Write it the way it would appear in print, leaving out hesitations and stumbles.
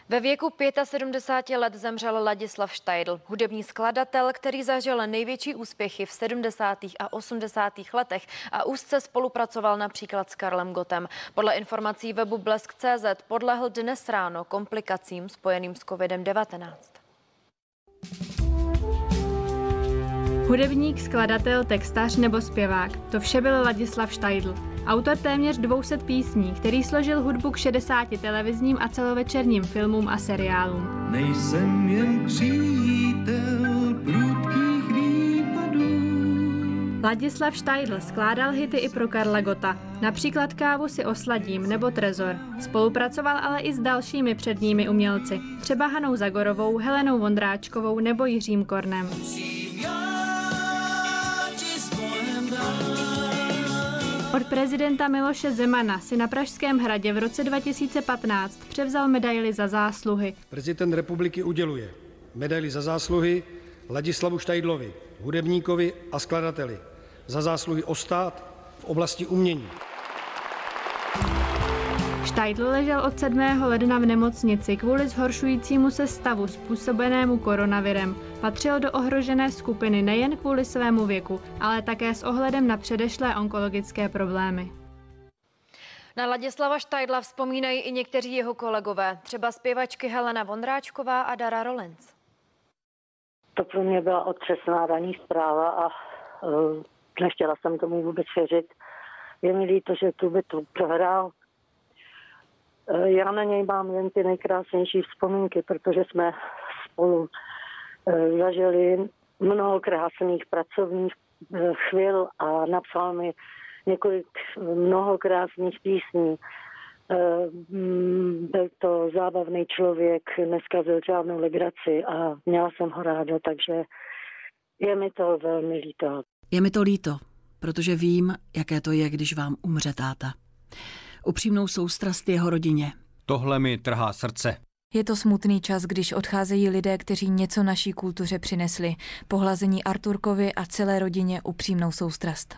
Ve věku 75 let zemřel Ladislav Štajdl, hudební skladatel, který zažil největší úspěchy v 70. a 80. letech a úzce spolupracoval například s Karlem Gottem. Podle informací webu Blesk.cz podlehl dnes ráno komplikacím spojeným s COVID-19. Hudebník, skladatel, textař nebo zpěvák. To vše byl Ladislav Štajdl. Autor téměř 200 písní, který složil hudbu k 60 televizním a celovečerním filmům a seriálům. Nejsem jen přítel prudkých výpadů. Ladislav Štajdl skládal hity i pro Karla Gotta, například Kávu si osladím nebo Trezor. Spolupracoval ale i s dalšími předními umělci, třeba Hanou Zagorovou, Helenou Vondráčkovou nebo Jiřím Kornem. Od prezidenta Miloše Zemana si na Pražském hradě v roce 2015 převzal medaili za zásluhy. Prezident republiky uděluje medaili za zásluhy Ladislavu Štajdlovi, hudebníkovi a skladateli, za zásluhy o stát v oblasti umění. Štajdl ležel od 7. ledna v nemocnici kvůli zhoršujícímu se stavu způsobenému koronavirem. Patřil do ohrožené skupiny nejen kvůli svému věku, ale také s ohledem na předešlé onkologické problémy. Na Ladislava Štajdla vzpomínají i někteří jeho kolegové, třeba zpěvačky Helena Vondráčková a Dara Rollins. To pro mě byla otřesná ranní zpráva a nechtěla jsem tomu vůbec věřit. Je mi líto, že tu bitvu prohrál. Já na něj mám jen ty nejkrásnější vzpomínky, protože jsme spolu zažili mnoho krásných pracovních chvil a napsal mi mnoho krásných písní. Byl to zábavný člověk, neskazil žádnou legraci a měla jsem ho ráda, takže je mi to velmi líto. Je mi to líto, protože vím, jaké to je, když vám umře táta. Upřímnou soustrast jeho rodině. Tohle mi trhá srdce. Je to smutný čas, když odcházejí lidé, kteří něco naší kultuře přinesli. Pohlazení Arturkovi a celé rodině upřímnou soustrast.